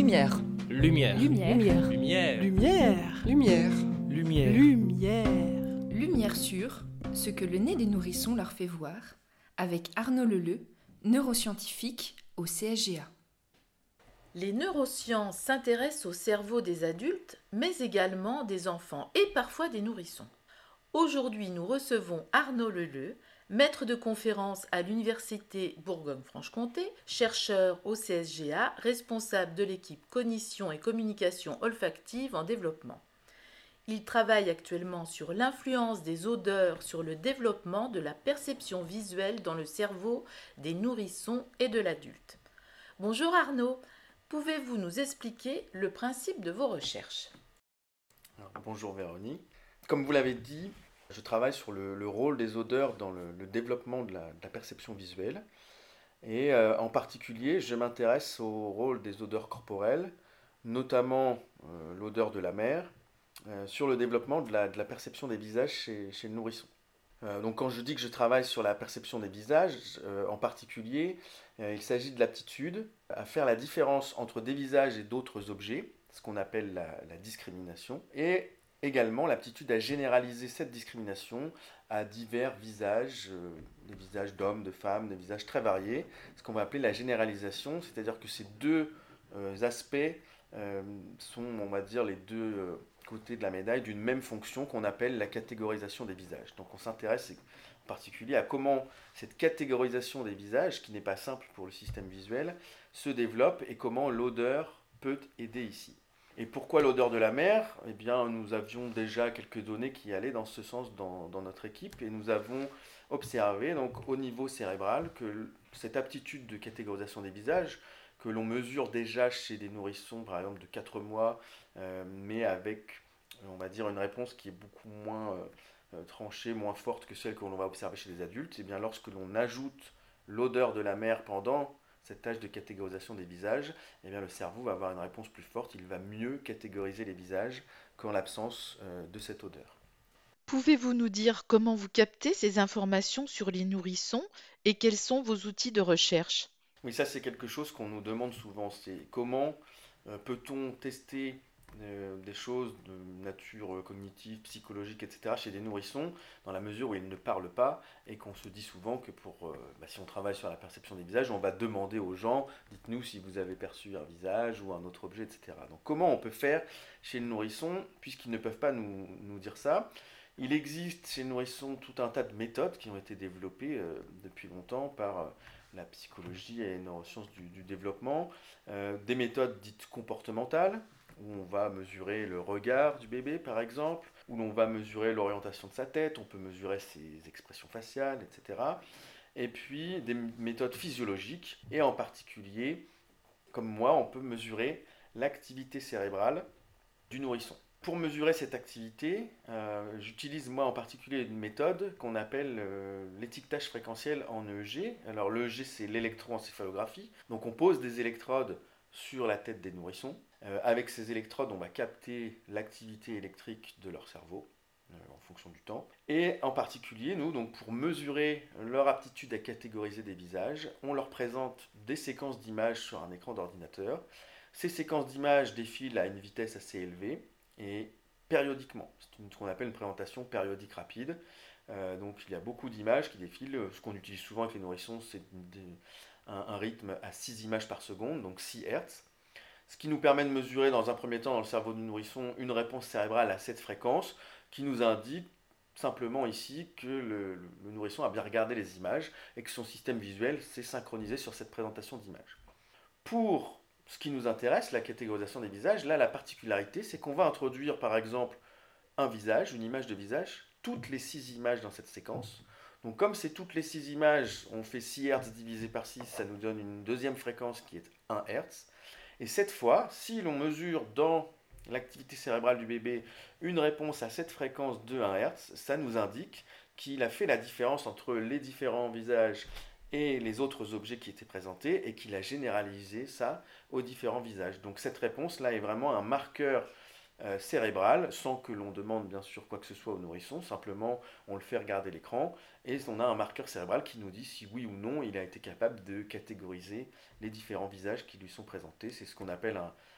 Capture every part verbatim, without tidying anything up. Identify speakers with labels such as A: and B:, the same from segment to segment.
A: Lumière.
B: Lumière.
C: Lumière.
B: Lumière.
C: Lumière.
A: Lumière. Lumière.
B: Lumière.
C: Lumière.
D: Lumière sur ce que le nez des nourrissons leur fait voir, avec Arnaud Leleu, neuroscientifique au C S G A.
E: Les neurosciences s'intéressent au cerveau des adultes, mais également des enfants et parfois des nourrissons. Aujourd'hui, nous recevons Arnaud Leleu, maître de conférence à l'Université Bourgogne-Franche-Comté, chercheur au C S G A, responsable de l'équipe Cognition et Communication olfactive en développement. Il travaille actuellement sur l'influence des odeurs sur le développement de la perception visuelle dans le cerveau des nourrissons et de l'adulte. Bonjour Arnaud, pouvez-vous nous expliquer le principe de vos recherches ?
F: Alors, bonjour Véronique. Comme vous l'avez dit, je travaille sur le, le rôle des odeurs dans le, le développement de la, de la perception visuelle. Et euh, en particulier, je m'intéresse au rôle des odeurs corporelles, notamment euh, l'odeur de la mer, euh, sur le développement de la, de la perception des visages chez, chez le nourrisson. Euh, donc quand je dis que je travaille sur la perception des visages, euh, en particulier, euh, il s'agit de l'aptitude à faire la différence entre des visages et d'autres objets, ce qu'on appelle la, la discrimination, et également l'aptitude à généraliser cette discrimination à divers visages, euh, des visages d'hommes, de femmes, des visages très variés, ce qu'on va appeler la généralisation, c'est-à-dire que ces deux euh, aspects euh, sont, on va dire, les deux euh, côtés de la médaille d'une même fonction qu'on appelle la catégorisation des visages. Donc on s'intéresse en particulier à comment cette catégorisation des visages, qui n'est pas simple pour le système visuel, se développe et comment l'odeur peut aider ici. Et pourquoi l'odeur de la mer ? Eh bien, nous avions déjà quelques données qui allaient dans ce sens dans, dans notre équipe et nous avons observé donc, au niveau cérébral que cette aptitude de catégorisation des visages, que l'on mesure déjà chez des nourrissons, par exemple de quatre mois, euh, mais avec, on va dire, une réponse qui est beaucoup moins euh, tranchée, moins forte que celle que l'on va observer chez les adultes, eh bien, lorsque l'on ajoute l'odeur de la mer pendant cette tâche de catégorisation des visages, eh bien, le cerveau va avoir une réponse plus forte, il va mieux catégoriser les visages qu'en l'absence euh, de cette odeur.
C: Pouvez-vous nous dire comment vous captez ces informations sur les nourrissons et quels sont vos outils de recherche ?
F: Oui, ça c'est quelque chose qu'on nous demande souvent, c'est comment euh, peut-on tester euh, des choses de nature cognitive, psychologique, et cetera chez des nourrissons, dans la mesure où ils ne parlent pas, et qu'on se dit souvent que pour, euh, bah, si on travaille sur la perception des visages, on va demander aux gens, dites-nous si vous avez perçu un visage ou un autre objet, et cetera. Donc comment on peut faire chez le nourrisson, puisqu'ils ne peuvent pas nous, nous dire ça ? Il existe chez le nourrisson tout un tas de méthodes qui ont été développées euh, depuis longtemps par euh, la psychologie et les neurosciences du, du développement, euh, des méthodes dites comportementales, où on va mesurer le regard du bébé par exemple, où l'on va mesurer l'orientation de sa tête, on peut mesurer ses expressions faciales, et cetera. Et puis des méthodes physiologiques, et en particulier, comme moi, on peut mesurer l'activité cérébrale du nourrisson. Pour mesurer cette activité, euh, j'utilise moi en particulier une méthode qu'on appelle euh, l'étiquetage fréquentiel en E E G. Alors l'E E G c'est l'électroencéphalographie, donc on pose des électrodes sur la tête des nourrissons. Euh, avec ces électrodes, on va capter l'activité électrique de leur cerveau euh, en fonction du temps. Et en particulier, nous, donc, pour mesurer leur aptitude à catégoriser des visages, on leur présente des séquences d'images sur un écran d'ordinateur. Ces séquences d'images défilent à une vitesse assez élevée et périodiquement. C'est une, ce qu'on appelle une présentation périodique rapide. Euh, donc il y a beaucoup d'images qui défilent. Ce qu'on utilise souvent avec les nourrissons, c'est des, un, un rythme à six images par seconde, donc six hertz. Ce qui nous permet de mesurer dans un premier temps dans le cerveau du nourrisson une réponse cérébrale à cette fréquence qui nous indique simplement ici que le, le, le nourrisson a bien regardé les images et que son système visuel s'est synchronisé sur cette présentation d'images. Pour ce qui nous intéresse, la catégorisation des visages, là la particularité c'est qu'on va introduire par exemple un visage, une image de visage, toutes les six images dans cette séquence. Donc comme c'est toutes les six images, on fait six hertz divisé par six, ça nous donne une deuxième fréquence qui est un hertz. Et cette fois, si l'on mesure dans l'activité cérébrale du bébé une réponse à cette fréquence de un hertz, ça nous indique qu'il a fait la différence entre les différents visages et les autres objets qui étaient présentés et qu'il a généralisé ça aux différents visages. Donc cette réponse-là est vraiment un marqueur euh, cérébral, sans que l'on demande bien sûr quoi que ce soit au nourrisson, simplement on le fait regarder l'écran et on a un marqueur cérébral qui nous dit si oui ou non il a été capable de catégoriser les différents visages qui lui sont présentés. C'est ce qu'on appelle un,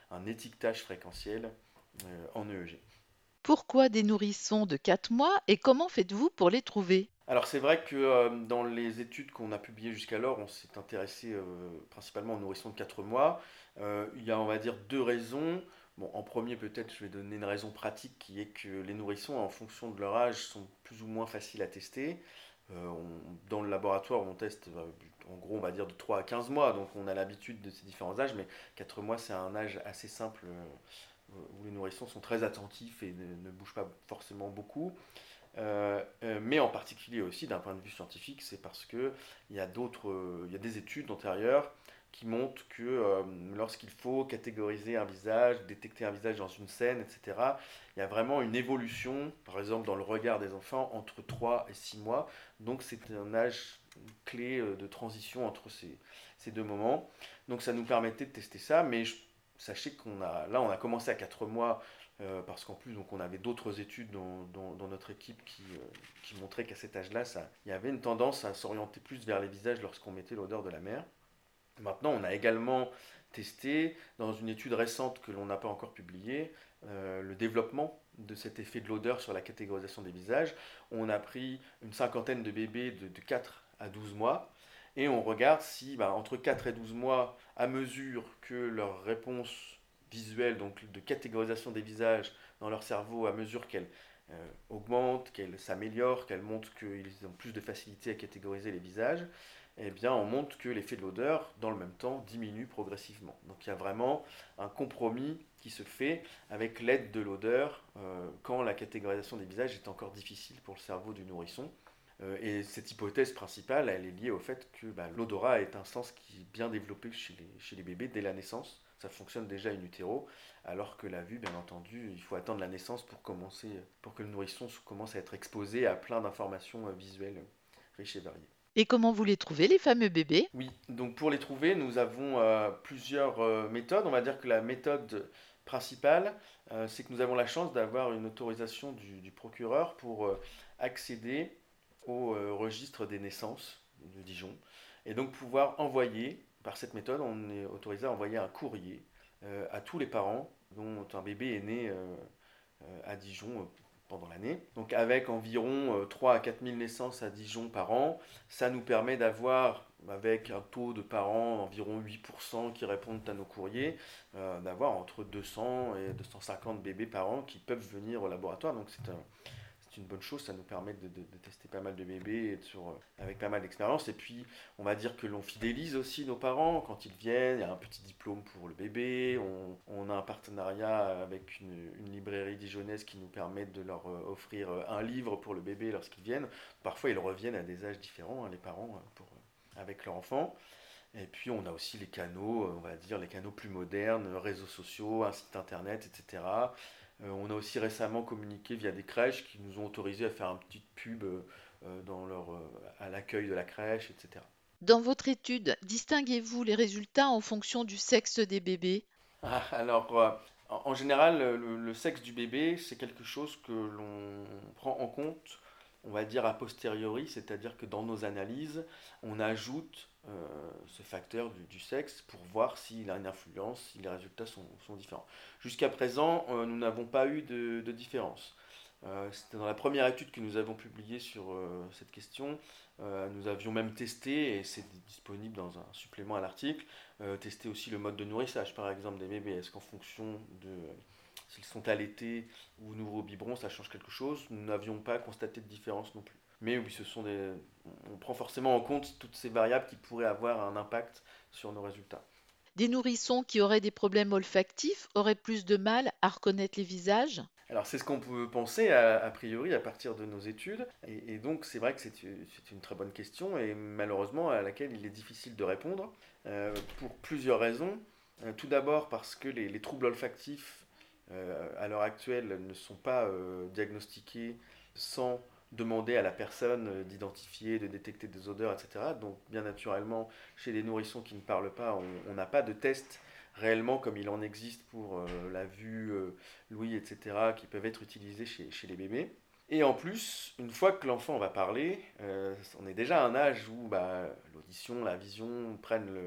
F: un étiquetage fréquentiel euh, en E E G.
C: Pourquoi des nourrissons de quatre mois et comment faites-vous pour les trouver?
F: Alors c'est vrai que euh, dans les études qu'on a publiées jusqu'alors, on s'est intéressé euh, principalement aux nourrissons de quatre mois. Euh, il y a, on va dire, deux raisons. Bon, en premier, peut-être, je vais donner une raison pratique qui est que les nourrissons, en fonction de leur âge, sont plus ou moins faciles à tester. Euh, on- dans le laboratoire, on teste, euh, en gros, on va dire de trois à quinze mois, donc on a l'habitude de ces différents âges, mais quatre mois, c'est un âge assez simple euh, où les nourrissons sont très attentifs et ne, ne bougent pas forcément beaucoup. Euh, euh, mais en particulier aussi d'un point de vue scientifique, c'est parce que il y a d'autres, euh, il y a des études antérieures qui montrent que euh, lorsqu'il faut catégoriser un visage, détecter un visage dans une scène, et cetera, il y a vraiment une évolution, par exemple dans le regard des enfants, entre trois et six mois. Donc c'est un âge clé euh, de transition entre ces, ces deux moments. Donc ça nous permettait de tester ça, mais je- sachez qu'on a, là on a commencé à quatre mois euh, parce qu'en plus, donc, on avait d'autres études dans, dans- dans notre équipe qui, euh, qui montraient qu'à cet âge-là, ça- il y avait une tendance à s'orienter plus vers les visages lorsqu'on mettait l'odeur de la mère. Maintenant, on a également testé, dans une étude récente que l'on n'a pas encore publiée, euh, le développement de cet effet de l'odeur sur la catégorisation des visages. On a pris une cinquantaine de bébés de, de quatre à douze mois et on regarde si, bah, entre quatre et douze mois, à mesure que leur réponse visuelle, donc de catégorisation des visages dans leur cerveau, à mesure qu'elle euh, augmente, qu'elle s'améliore, qu'elle montre qu'ils ont plus de facilité à catégoriser les visages, eh bien, on montre que l'effet de l'odeur, dans le même temps, diminue progressivement. Donc il y a vraiment un compromis qui se fait avec l'aide de l'odeur euh, quand la catégorisation des visages est encore difficile pour le cerveau du nourrisson. Euh, et cette hypothèse principale, elle est liée au fait que bah, l'odorat est un sens qui est bien développé chez les, chez les bébés dès la naissance. Ça fonctionne déjà in utero, alors que la vue, bien entendu, il faut attendre la naissance pour commencer, pour que le nourrisson commence à être exposé à plein d'informations euh, visuelles riches et variées.
C: Et comment vous les trouvez, les fameux bébés?
F: Oui, donc pour les trouver, nous avons euh, plusieurs euh, méthodes. On va dire que la méthode principale, euh, c'est que nous avons la chance d'avoir une autorisation du, du procureur pour euh, accéder au euh, registre des naissances de Dijon. Et donc pouvoir envoyer, par cette méthode, on est autorisé à envoyer un courrier euh, à tous les parents dont un bébé est né euh, euh, à Dijon euh, pendant l'année. Donc avec environ euh, trois à quatre mille naissances à Dijon par an, ça nous permet d'avoir, avec un taux de parents environ huit pour cent qui répondent à nos courriers, euh, d'avoir entre deux cents et deux cent cinquante bébés par an qui peuvent venir au laboratoire. Donc c'est un, c'est une bonne chose, ça nous permet de, de- de tester pas mal de bébés et sur, euh, avec pas mal d'expérience. Et puis, on va dire que l'on fidélise aussi nos parents quand ils viennent. Il y a un petit diplôme pour le bébé. On, on a un partenariat avec une, une librairie dijonnaise qui nous permet de leur euh, offrir euh, un livre pour le bébé lorsqu'ils viennent. Parfois, ils reviennent à des âges différents, hein, les parents, euh, pour, euh, avec leur enfant. Et puis on a aussi les canaux, euh, on va dire les canaux plus modernes, euh, réseaux sociaux, un site internet, et cetera. Euh, on a aussi récemment communiqué via des crèches qui nous ont autorisé à faire une petite pub euh, euh, dans leur, euh, à l'accueil de la crèche, et cetera.
C: Dans votre étude, distinguez-vous les résultats en fonction du sexe des bébés?
F: Ah, alors, euh, en en général, le, le sexe du bébé, c'est quelque chose que l'on prend en compte, on va dire a posteriori, c'est-à-dire que dans nos analyses, on ajoute euh, ce facteur du, du sexe pour voir s'il a une influence, si les résultats sont, sont différents. Jusqu'à présent, euh, nous n'avons pas eu de, de différence. Euh, c'était dans la première étude que nous avons publiée sur euh, cette question. Euh, nous avions même testé, et c'est disponible dans un supplément à l'article, euh, tester aussi le mode de nourrissage, par exemple, des bébés. Est-ce qu'en fonction de s'ils sont allaités ou nouveau biberon, ça change quelque chose? Nous n'avions pas constaté de différence non plus. Mais oui, ce sont des, on prend forcément en compte toutes ces variables qui pourraient avoir un impact sur nos résultats.
C: Des nourrissons qui auraient des problèmes olfactifs auraient plus de mal à reconnaître les visages?
F: Alors c'est ce qu'on peut penser a, a priori à partir de nos études, et, et donc c'est vrai que c'est une, c'est une très bonne question et malheureusement à laquelle il est difficile de répondre euh, pour plusieurs raisons. Euh, tout d'abord parce que les, les troubles olfactifs euh, à l'heure actuelle ne sont pas euh, diagnostiqués sans demander à la personne euh, d'identifier, de détecter des odeurs, et cetera. Donc bien naturellement, chez les nourrissons qui ne parlent pas, on on n'a pas de test réellement comme il en existe pour euh, la vue, euh, l'ouïe, et cetera, qui peuvent être utilisés chez, chez les bébés. Et en plus, une fois que l'enfant va parler, euh, on est déjà à un âge où bah, l'audition, la vision prennent le,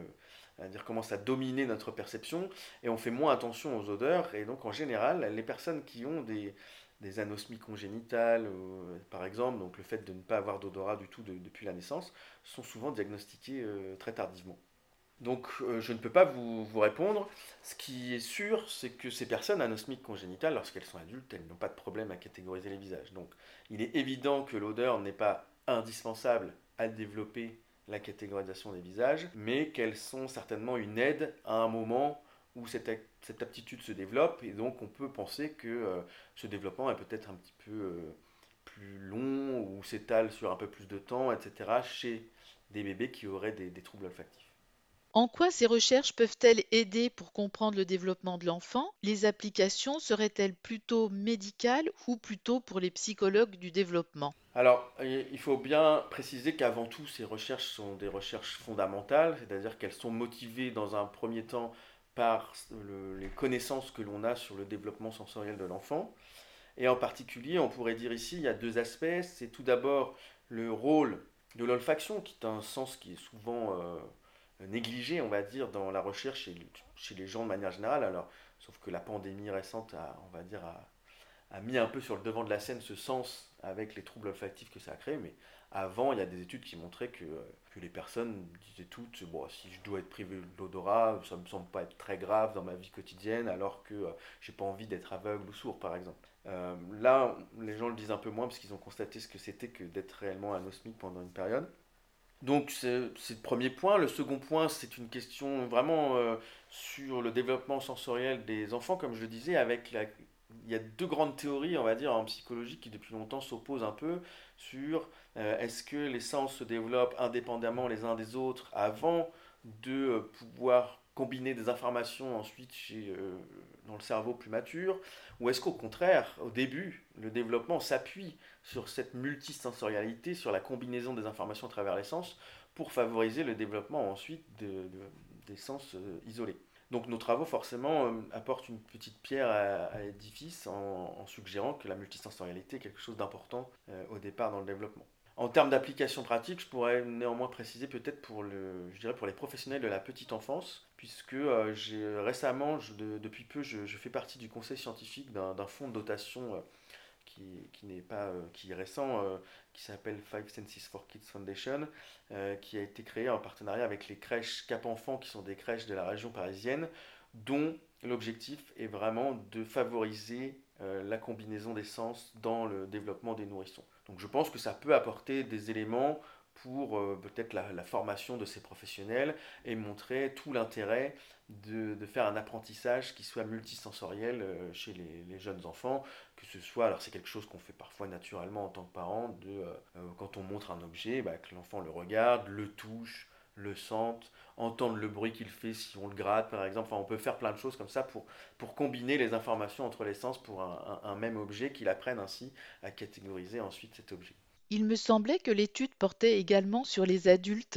F: c'est-à-dire commence à dominer notre perception, et on fait moins attention aux odeurs, et donc en général, les personnes qui ont des, des anosmies congénitales, euh, par exemple, donc le fait de ne pas avoir d'odorat du tout de- depuis la naissance, sont souvent diagnostiquées euh, très tardivement. Donc euh, je ne peux pas vous, vous répondre. Ce qui est sûr, c'est que ces personnes anosmiques congénitales, lorsqu'elles sont adultes, elles n'ont pas de problème à catégoriser les visages. Donc il est évident que l'odeur n'est pas indispensable à développer la catégorisation des visages, mais qu'elles sont certainement une aide à un moment où cette, ac- cette aptitude se développe, et donc on peut penser que euh, ce développement est peut-être un petit peu euh, plus long ou s'étale sur un peu plus de temps, et cetera, chez des bébés qui auraient des, des troubles olfactifs.
C: En quoi ces recherches peuvent-elles aider pour comprendre le développement de l'enfant? Les applications seraient-elles plutôt médicales ou plutôt pour les psychologues du développement?
F: Alors, il faut bien préciser qu'avant tout, ces recherches sont des recherches fondamentales, c'est-à-dire qu'elles sont motivées dans un premier temps par le- les connaissances que l'on a sur le développement sensoriel de l'enfant. Et en particulier, on pourrait dire ici, il y a deux aspects. C'est tout d'abord le rôle de l'olfaction, qui est un sens qui est souvent euh, négligé, on va dire, dans la recherche chez, chez les gens de manière générale. Alors, sauf que la pandémie récente a, on va dire, a, a mis un peu sur le devant de la scène ce sens avec les troubles olfactifs que ça a créé, mais avant, il y a des études qui montraient que, euh, que les personnes disaient toutes, bon, si je dois être privé de l'odorat, ça me semble pas être très grave dans ma vie quotidienne, alors que euh, j'ai pas envie d'être aveugle ou sourd, par exemple. Euh, là, les gens le disent un peu moins parce qu'ils ont constaté ce que c'était que d'être réellement anosmique pendant une période. Donc c'est c'est le premier point. Le second point, c'est une question vraiment euh, sur le développement sensoriel des enfants, comme je le disais, avec la... Il y a deux grandes théories, on va dire, en psychologie qui depuis longtemps s'opposent un peu sur euh, est-ce que les sens se développent indépendamment les uns des autres avant de euh, pouvoir combiner des informations ensuite chez, euh, dans le cerveau plus mature, ou est-ce qu'au contraire, au début, le développement s'appuie sur cette multisensorialité, sur la combinaison des informations à travers les sens, pour favoriser le développement ensuite de, de- des sens euh, isolés. Donc nos travaux forcément euh, apportent une petite pierre à, à l'édifice en, en suggérant que la multisensorialité est quelque chose d'important euh, au départ dans le développement. En termes d'application pratique, je pourrais néanmoins préciser peut-être pour, le, je dirais pour les professionnels de la petite enfance, puisque euh, j'ai récemment, je- de- depuis peu, je, je fais partie du conseil scientifique d'un d'un fonds de dotation euh, qui, qui n'est pas euh, qui est récent, euh, qui s'appelle Five Senses for Kids Foundation, euh, qui a été créé en partenariat avec les crèches Cap Enfant, qui sont des crèches de la région parisienne, dont l'objectif est vraiment de favoriser euh, la combinaison des sens dans le développement des nourrissons. Donc je pense que ça peut apporter des éléments pour euh, peut-être la, la formation de ces professionnels et montrer tout l'intérêt de, de faire un apprentissage qui soit multisensoriel euh, chez les, les jeunes enfants, que ce soit, alors c'est quelque chose qu'on fait parfois naturellement en tant que parent, de, euh, euh, quand on montre un objet, bah, que l'enfant le regarde, le touche, le sente, entendre le bruit qu'il fait si on le gratte par exemple. Enfin, on peut faire plein de choses comme ça pour, pour combiner les informations entre les sens pour un, un- un même objet, qu'il apprenne ainsi à catégoriser ensuite cet objet.
C: Il me semblait que l'étude portait également sur les adultes.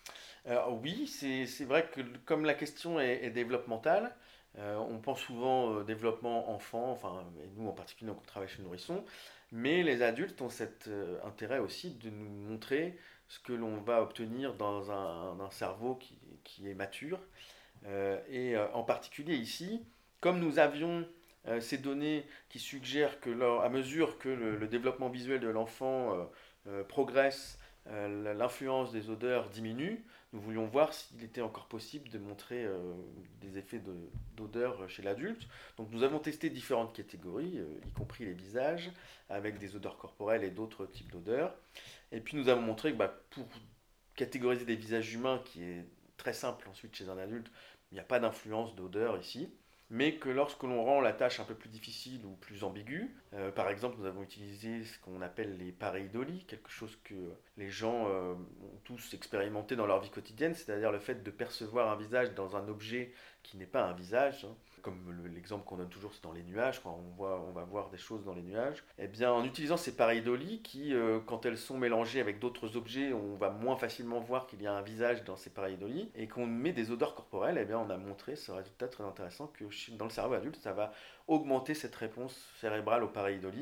F: Alors oui, c'est c'est vrai que comme la question est, est développementale, euh, on pense souvent euh, développement enfant, enfin, et nous en particulier, donc, on travaille chez le nourrisson, mais les adultes ont cet euh, intérêt aussi de nous montrer ce que l'on va obtenir dans un, un cerveau qui, qui est mature. Euh, et euh, en particulier ici, comme nous avions euh, ces données qui suggèrent que lors- à mesure que le, le développement visuel de l'enfant euh, euh, progresse, euh, l'influence des odeurs diminue, nous voulions voir s'il était encore possible de montrer euh, des effets de- d'odeur chez l'adulte. Donc nous avons testé différentes catégories, euh, y compris les visages, avec des odeurs corporelles et d'autres types d'odeurs. Et puis nous avons montré que bah, pour catégoriser des visages humains, qui est très simple ensuite chez un adulte, il n'y a pas d'influence d'odeur ici, mais que lorsque l'on rend la tâche un peu plus difficile ou plus ambiguë, euh, par exemple nous avons utilisé ce qu'on appelle les pareidolies, quelque chose que les gens euh, ont tous expérimenté dans leur vie quotidienne, c'est-à-dire le fait de percevoir un visage dans un objet qui n'est pas un visage, hein. Comme le- l'exemple qu'on donne toujours, c'est dans les nuages, quand on, voit, on va voir des choses dans les nuages. Eh bien, en utilisant ces pareidolies qui, euh, quand elles sont mélangées avec d'autres objets, on va moins facilement voir qu'il y a un visage dans ces pareidolies, et qu'on met des odeurs corporelles, eh bien, on a montré ce résultat très intéressant que chez- dans le cerveau adulte, ça va augmenter cette réponse cérébrale aux pareidolies.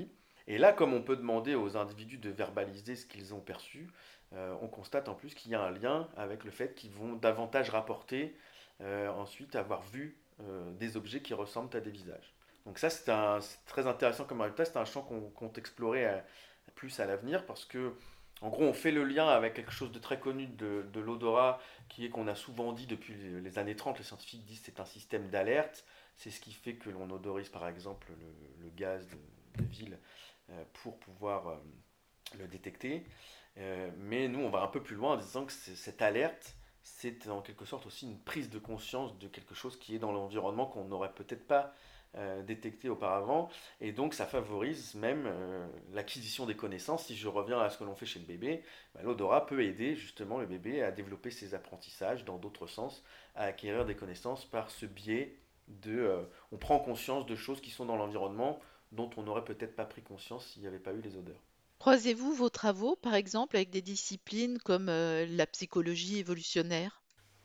F: Et là, comme on peut demander aux individus de verbaliser ce qu'ils ont perçu, euh, on constate en plus qu'il y a un lien avec le fait qu'ils vont davantage rapporter euh, ensuite avoir vu euh, des objets qui ressemblent à des visages. Donc ça, c'est, un, c'est très intéressant comme résultat, c'est un champ qu'on compte explorer à, plus à l'avenir parce que, en gros, on fait le lien avec quelque chose de très connu de, de l'odorat, qui est qu'on a souvent dit depuis les années trente, les scientifiques disent que c'est un système d'alerte, c'est ce qui fait que l'on odorise par exemple le, le gaz de, de ville euh, pour pouvoir euh, le détecter. Euh, mais nous, on va un peu plus loin en disant que cette alerte, c'est en quelque sorte aussi une prise de conscience de quelque chose qui est dans l'environnement qu'on n'aurait peut-être pas euh, détecté auparavant, et donc ça favorise même euh, l'acquisition des connaissances. Si je reviens à ce que l'on fait chez le bébé, bah, l'odorat peut aider justement le bébé à développer ses apprentissages dans d'autres sens, à acquérir des connaissances par ce biais de... Euh, on prend conscience de choses qui sont dans l'environnement dont on n'aurait peut-être pas pris conscience s'il n'y avait pas eu les odeurs.
C: Croisez-vous vos travaux, par exemple, avec des disciplines comme euh, la psychologie évolutionnaire?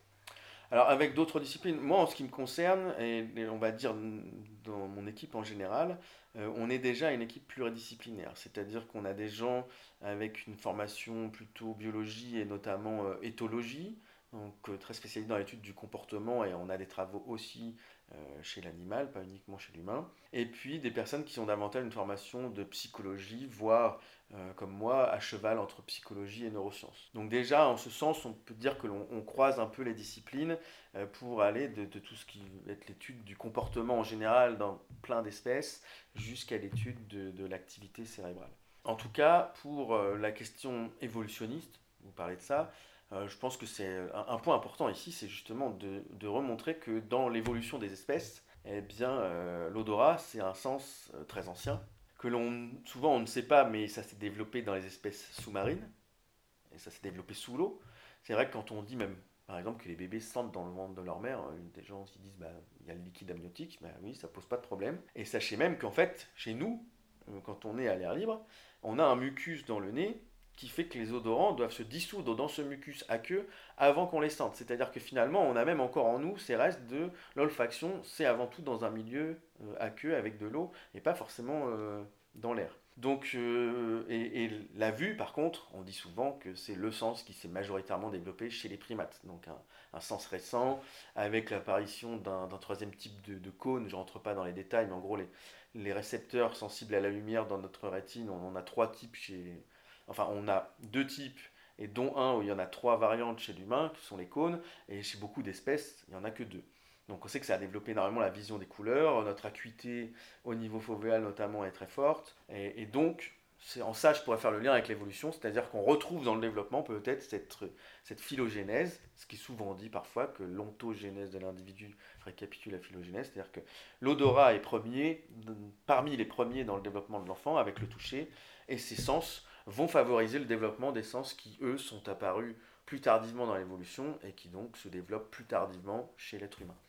F: Alors avec d'autres disciplines, moi en ce qui me concerne, et, et on va dire dans mon équipe en général, euh, on est déjà une équipe pluridisciplinaire, c'est-à-dire qu'on a des gens avec une formation plutôt biologie et notamment euh, éthologie, donc euh, très spécialisés dans l'étude du comportement, et on a des travaux aussi euh, chez l'animal, pas uniquement chez l'humain, et puis des personnes qui ont davantage une formation de psychologie, voire euh, comme moi, à cheval entre psychologie et neurosciences. Donc déjà, en ce sens, on peut dire que l'on on croise un peu les disciplines euh, pour aller de, de tout ce qui va être l'étude du comportement en général dans plein d'espèces jusqu'à l'étude de, de l'activité cérébrale. En tout cas, pour euh, la question évolutionniste, vous parlez de ça, euh, je pense que c'est un, un point important ici, c'est justement de, de remontrer que dans l'évolution des espèces, eh bien, euh, l'odorat, c'est un sens euh, très ancien, que l'on souvent on ne sait pas, mais ça s'est développé dans les espèces sous-marines, et ça s'est développé sous l'eau. C'est vrai que quand on dit même, par exemple, que les bébés sentent dans le ventre de leur mère, des gens qui disent, bah, il y a le liquide amniotique, bah oui, ça pose pas de problème. Et sachez même qu'en fait, chez nous, euh, quand on est à l'air libre, on a un mucus dans le nez qui fait que les odorants doivent se dissoudre dans ce mucus aqueux avant qu'on les sente. C'est-à-dire que finalement, on a même encore en nous ces restes de l'olfaction, c'est avant tout dans un milieu euh, aqueux avec de l'eau et pas forcément euh, dans l'air. Donc, euh, et, et la vue, par contre, on dit souvent que c'est le sens qui s'est majoritairement développé chez les primates. Donc, un, un sens récent, avec l'apparition d'un, d'un troisième type de, de cône. Je ne rentre pas dans les détails, mais en gros, les, les récepteurs sensibles à la lumière dans notre rétine, on en a trois types chez. Enfin, on a deux types, et dont un où il y en a trois variantes chez l'humain, qui sont les cônes, et chez beaucoup d'espèces, il n'y en a que deux. Donc on sait que ça a développé énormément la vision des couleurs, notre acuité au niveau fovéal notamment est très forte, et, et donc c'est en ça je pourrais faire le lien avec l'évolution, c'est-à-dire qu'on retrouve dans le développement peut-être cette, cette phylogénèse, ce qui est souvent dit parfois que l'ontogénèse de l'individu récapitule la phylogénèse, c'est-à-dire que l'odorat est premier, parmi les premiers dans le développement de l'enfant avec le toucher, et ses sens vont favoriser le développement des sens qui eux sont apparus plus tardivement dans l'évolution et qui donc se développent plus tardivement chez l'être humain.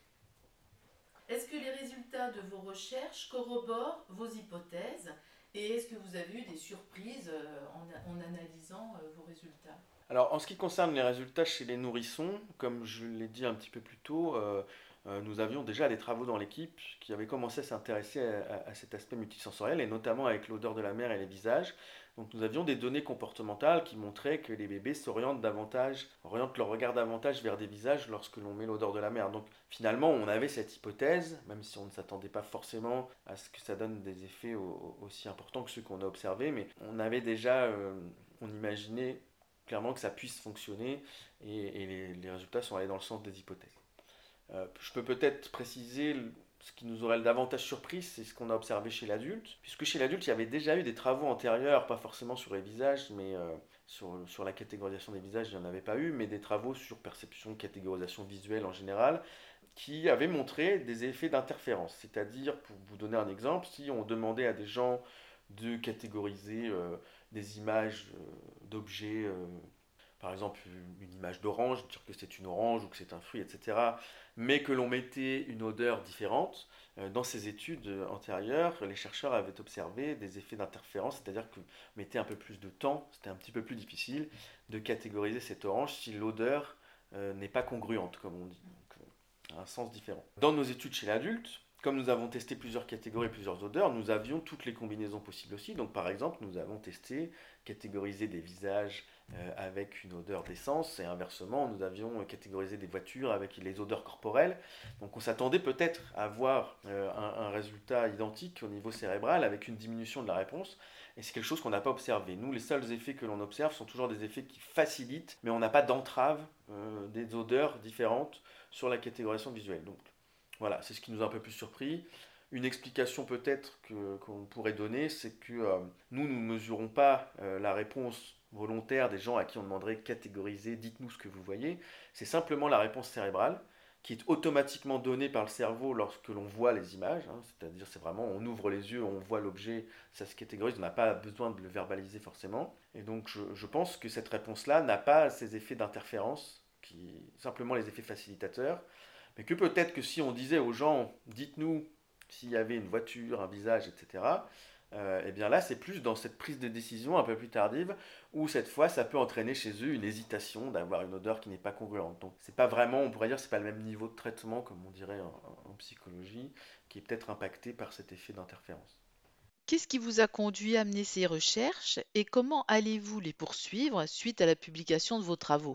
E: Est-ce que les résultats de vos recherches corroborent vos hypothèses et est-ce que vous avez eu des surprises en, en analysant vos résultats?
F: Alors en ce qui concerne les résultats chez les nourrissons, comme je l'ai dit un petit peu plus tôt, euh, euh, nous avions déjà des travaux dans l'équipe qui avaient commencé à s'intéresser à, à, à cet aspect multisensoriel et notamment avec l'odeur de la mère et les visages. Donc nous avions des données comportementales qui montraient que les bébés s'orientent davantage, orientent leur regard davantage vers des visages lorsque l'on met l'odeur de la mère. Donc finalement on avait cette hypothèse, même si on ne s'attendait pas forcément à ce que ça donne des effets au, aussi importants que ceux qu'on a observés, mais on avait déjà, euh, on imaginait clairement que ça puisse fonctionner et, et les, les résultats sont allés dans le sens des hypothèses. Euh, je peux peut-être préciser ce qui nous aurait davantage surpris, c'est ce qu'on a observé chez l'adulte, puisque chez l'adulte, il y avait déjà eu des travaux antérieurs, pas forcément sur les visages, mais euh, sur, sur la catégorisation des visages, il n'y en avait pas eu, mais des travaux sur perception, catégorisation visuelle en général, qui avaient montré des effets d'interférence. C'est-à-dire, pour vous donner un exemple, si on demandait à des gens de catégoriser euh, des images euh, d'objets, euh, par exemple une image d'orange, dire que c'est une orange ou que c'est un fruit, et cetera, mais que l'on mettait une odeur différente, euh, dans ces études antérieures, les chercheurs avaient observé des effets d'interférence, c'est-à-dire que mettait un peu plus de temps, c'était un petit peu plus difficile de catégoriser cette orange si l'odeur euh, n'est pas congruente, comme on dit. Donc, euh, un sens différent. Dans nos études chez l'adulte, comme nous avons testé plusieurs catégories, plusieurs odeurs, nous avions toutes les combinaisons possibles aussi. Donc par exemple, nous avons testé, catégorisé des visages euh, avec une odeur d'essence, et inversement, nous avions catégorisé des voitures avec les odeurs corporelles. Donc on s'attendait peut-être à avoir euh, un, un résultat identique au niveau cérébral avec une diminution de la réponse. Et c'est quelque chose qu'on n'a pas observé. Nous, les seuls effets que l'on observe sont toujours des effets qui facilitent, mais on n'a pas d'entrave euh, des odeurs différentes sur la catégorisation visuelle. Donc voilà, c'est ce qui nous a un peu plus surpris. Une explication peut-être que, qu'on pourrait donner, c'est que euh, nous, nous ne mesurons pas euh, la réponse volontaire des gens à qui on demanderait catégoriser, dites-nous ce que vous voyez. C'est simplement la réponse cérébrale qui est automatiquement donnée par le cerveau lorsque l'on voit les images. Hein, c'est-à-dire, c'est vraiment, on ouvre les yeux, on voit l'objet, ça se catégorise, on n'a pas besoin de le verbaliser forcément. Et donc, je, je pense que cette réponse-là n'a pas ces effets d'interférence, qui simplement les effets facilitateurs. Mais que peut-être que si on disait aux gens, dites-nous s'il y avait une voiture, un visage, et cetera, euh, et bien là, c'est plus dans cette prise de décision un peu plus tardive, où cette fois, ça peut entraîner chez eux une hésitation d'avoir une odeur qui n'est pas congruente. Donc, c'est pas vraiment, on pourrait dire, c'est pas le même niveau de traitement, comme on dirait en, en psychologie, qui est peut-être impacté par cet effet d'interférence.
C: Qu'est-ce qui vous a conduit à mener ces recherches et comment allez-vous les poursuivre suite à la publication de vos travaux?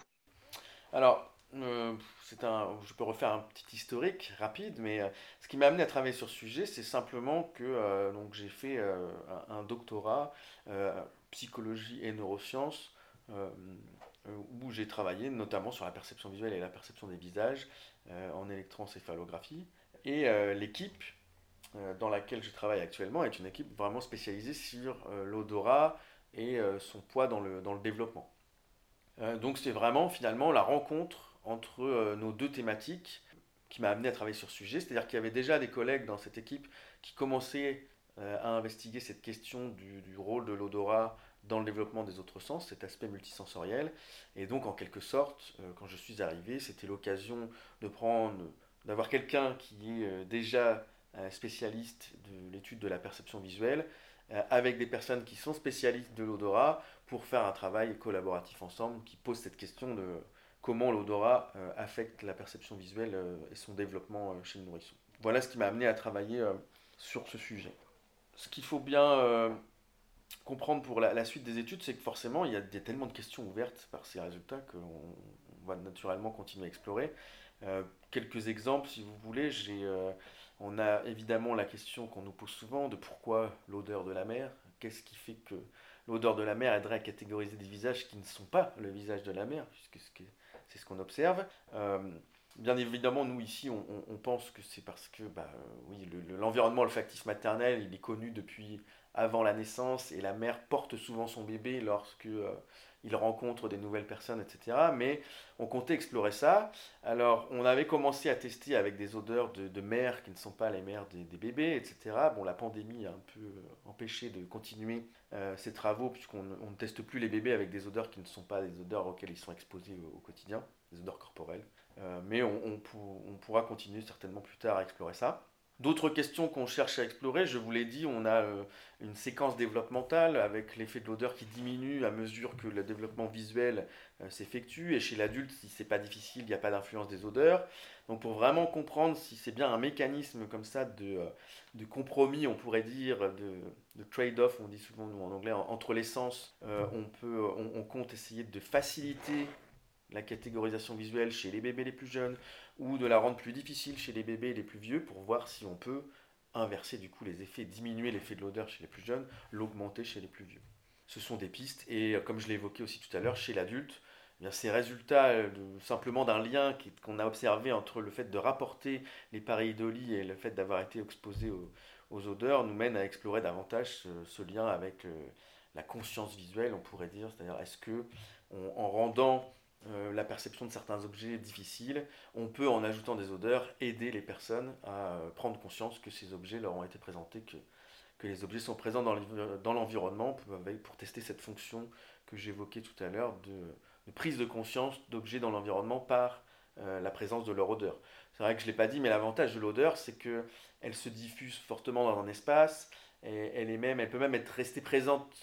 F: Alors, euh, c'est un, je peux refaire un petit historique rapide, mais euh, ce qui m'a amené à travailler sur ce sujet, c'est simplement que euh, donc j'ai fait euh, un, un doctorat euh, psychologie et neurosciences euh, euh, où j'ai travaillé notamment sur la perception visuelle et la perception des visages euh, en électroencéphalographie. Et euh, l'équipe euh, dans laquelle je travaille actuellement est une équipe vraiment spécialisée sur euh, l'odorat et euh, son poids dans le, dans le développement. Euh, donc c'est vraiment finalement la rencontre entre euh, nos deux thématiques qui m'a amené à travailler sur ce sujet. C'est-à-dire qu'il y avait déjà des collègues dans cette équipe qui commençaient euh, à investiguer cette question du, du rôle de l'odorat dans le développement des autres sens, cet aspect multisensoriel. Et donc en quelque sorte, euh, quand je suis arrivé, c'était l'occasion de prendre, d'avoir quelqu'un qui est euh, déjà un spécialiste de l'étude de la perception visuelle, euh, avec des personnes qui sont spécialistes de l'odorat, pour faire un travail collaboratif ensemble qui pose cette question de comment l'odorat euh, affecte la perception visuelle euh, et son développement euh, chez le nourrisson. Voilà ce qui m'a amené à travailler euh, sur ce sujet. Ce qu'il faut bien euh, comprendre pour la, la, suite des études, c'est que forcément, il y a des, tellement de questions ouvertes par ces résultats qu'on on va naturellement continuer à explorer. Euh, quelques exemples, si vous voulez. J'ai, euh, on a évidemment la question qu'on nous pose souvent de pourquoi l'odeur de la mer. Qu'est-ce qui fait que l'odeur de la mer aiderait à catégoriser des visages qui ne sont pas le visage de la mer, puisque c'est ce qu'on observe. Euh, bien évidemment, nous ici, on, on, on pense que c'est parce que bah, oui, le, l'environnement olfactif maternel, il est connu depuis avant la naissance, et la mère porte souvent son bébé lorsque euh, il rencontre des nouvelles personnes, et cetera. Mais on comptait explorer ça. Alors, on avait commencé à tester avec des odeurs de, de mères qui ne sont pas les mères des, des bébés, et cetera. Bon, la pandémie a un peu empêché de continuer euh, ces travaux, puisqu'on on ne teste plus les bébés avec des odeurs qui ne sont pas des odeurs auxquelles ils sont exposés au, au quotidien, des odeurs corporelles. Euh, mais on, on, pour, on pourra continuer certainement plus tard à explorer ça. D'autres questions qu'on cherche à explorer, je vous l'ai dit, on a euh, une séquence développementale avec l'effet de l'odeur qui diminue à mesure que le développement visuel euh, s'effectue. Et chez l'adulte, si c'est pas difficile, il n'y a pas d'influence des odeurs. Donc pour vraiment comprendre si c'est bien un mécanisme comme ça de, euh, de compromis, on pourrait dire, de, de trade-off, on dit souvent nous en anglais, entre les sens, euh, on, peut, on, on compte essayer de faciliter la catégorisation visuelle chez les bébés les plus jeunes, ou de la rendre plus difficile chez les bébés les plus vieux, pour voir si on peut inverser du coup les effets, diminuer l'effet de l'odeur chez les plus jeunes, l'augmenter chez les plus vieux. Ce sont des pistes, et comme je l'ai évoqué aussi tout à l'heure, chez l'adulte, eh bien, ces résultats de, simplement d'un lien qui, qu'on a observé entre le fait de rapporter les pareidolie et le fait d'avoir été exposé aux, aux odeurs nous mènent à explorer davantage ce, ce lien avec euh, la conscience visuelle, on pourrait dire, c'est-à-dire est-ce que on, en rendant Euh, la perception de certains objets difficiles, on peut, en ajoutant des odeurs, aider les personnes à euh, prendre conscience que ces objets leur ont été présentés, que, que les objets sont présents dans, dans l'environnement pour, pour tester cette fonction que j'évoquais tout à l'heure de, de prise de conscience d'objets dans l'environnement par euh, la présence de leur odeur. C'est vrai que je ne l'ai pas dit, mais l'avantage de l'odeur, c'est qu'elle se diffuse fortement dans un espace, et elle, est même, elle peut même être restée présente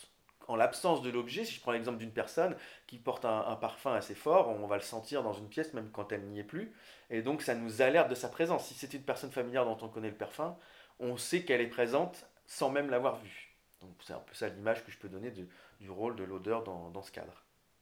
F: en l'absence de l'objet, si je prends l'exemple d'une personne qui porte un, un parfum assez fort, on va le sentir dans une pièce même quand elle n'y est plus, et donc ça nous alerte de sa présence. Si c'est une personne familière dont on connaît le parfum, on sait qu'elle est présente sans même l'avoir vue. Donc c'est un peu ça l'image que je peux donner de- du rôle de l'odeur dans, dans ce cadre.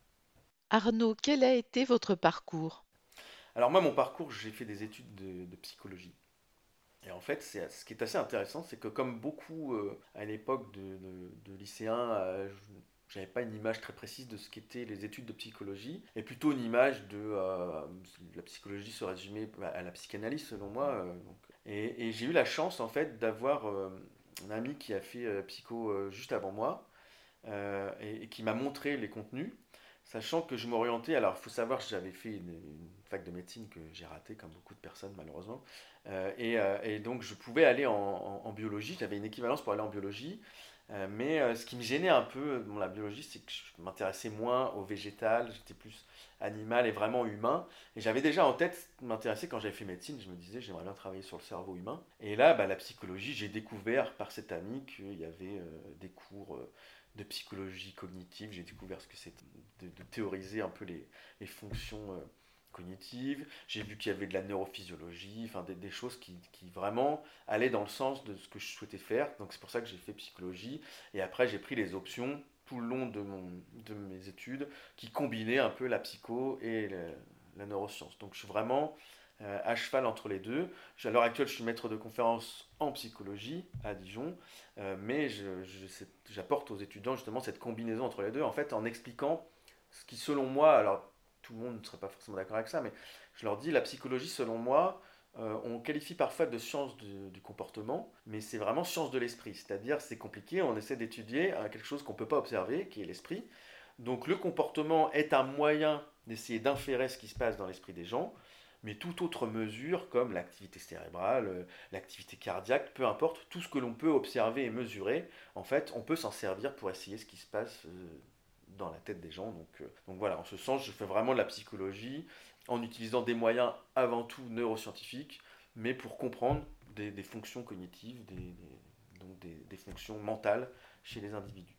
C: Arnaud, quel a été votre parcours?
F: Alors moi, mon parcours, j'ai fait des études de, de psychologie. Et en fait, c'est, ce qui est assez intéressant, c'est que comme beaucoup euh, à l'époque de, de- de lycéens, euh, je n'avais pas une image très précise de ce qu'étaient les études de psychologie, et plutôt une image de euh, la psychologie se résumait à la psychanalyse selon moi. euh, donc. Et, et j'ai eu la chance en fait d'avoir euh, un ami qui a fait euh, psycho euh, juste avant moi, euh, et, et qui m'a montré les contenus. Sachant que je m'orientais, alors il faut savoir que j'avais fait une, une fac de médecine que j'ai ratée, comme beaucoup de personnes malheureusement. Euh, et, euh, et donc je pouvais aller en, en- en biologie, j'avais une équivalence pour aller en biologie. Euh, mais euh, ce qui me gênait un peu dans la biologie, c'est que je m'intéressais moins au végétal, j'étais plus animal et vraiment humain. Et j'avais déjà en tête m'intéresser quand j'avais fait médecine, je me disais j'aimerais bien travailler sur le cerveau humain. Et là, bah, la psychologie, j'ai découvert par cet ami qu'il y avait euh, des cours euh, de psychologie cognitive, j'ai découvert ce que c'était de, de théoriser un peu les, les fonctions euh, cognitives. J'ai vu qu'il y avait de la neurophysiologie, enfin des, des choses qui, qui vraiment allaient dans le sens de ce que je souhaitais faire. Donc c'est pour ça que j'ai fait psychologie. Et après, j'ai pris les options tout le long de, mon, de mes études qui combinaient un peu la psycho et la, la neuroscience. Donc je suis vraiment euh, à cheval entre les deux. À l'heure actuelle, je suis maître de conférence en psychologie à Dijon, euh, mais je, je, j'apporte aux étudiants justement cette combinaison entre les deux, en fait, en expliquant ce qui, selon moi, alors tout le monde ne serait pas forcément d'accord avec ça, mais je leur dis, la psychologie, selon moi, euh, on qualifie parfois de science du, du comportement, mais c'est vraiment science de l'esprit, c'est-à-dire c'est compliqué, on essaie d'étudier euh, quelque chose qu'on ne peut pas observer, qui est l'esprit. Donc le comportement est un moyen d'essayer d'inférer ce qui se passe dans l'esprit des gens, mais toute autre mesure, comme l'activité cérébrale, euh, l'activité cardiaque, peu importe, tout ce que l'on peut observer et mesurer, en fait, on peut s'en servir pour essayer ce qui se passe euh, dans la tête des gens. Donc, euh, donc voilà, en ce sens, je fais vraiment de la psychologie en utilisant des moyens avant tout neuroscientifiques, mais pour comprendre des, des fonctions cognitives, des, des- donc des, des fonctions mentales chez les individus.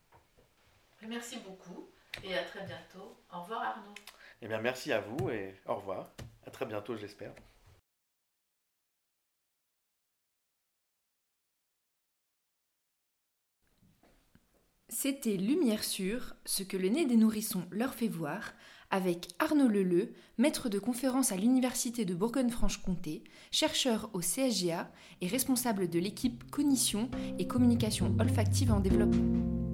E: Merci beaucoup et à très bientôt. Au revoir Arnaud.
F: Eh bien, merci à vous et au revoir. À très bientôt, j'espère.
D: C'était Lumière sûre, ce que le nez des nourrissons leur fait voir, avec Arnaud Leleu, maître de conférence à l'Université de Bourgogne-Franche-Comté, chercheur au C S G A et responsable de l'équipe Cognition et Communication olfactive en développement.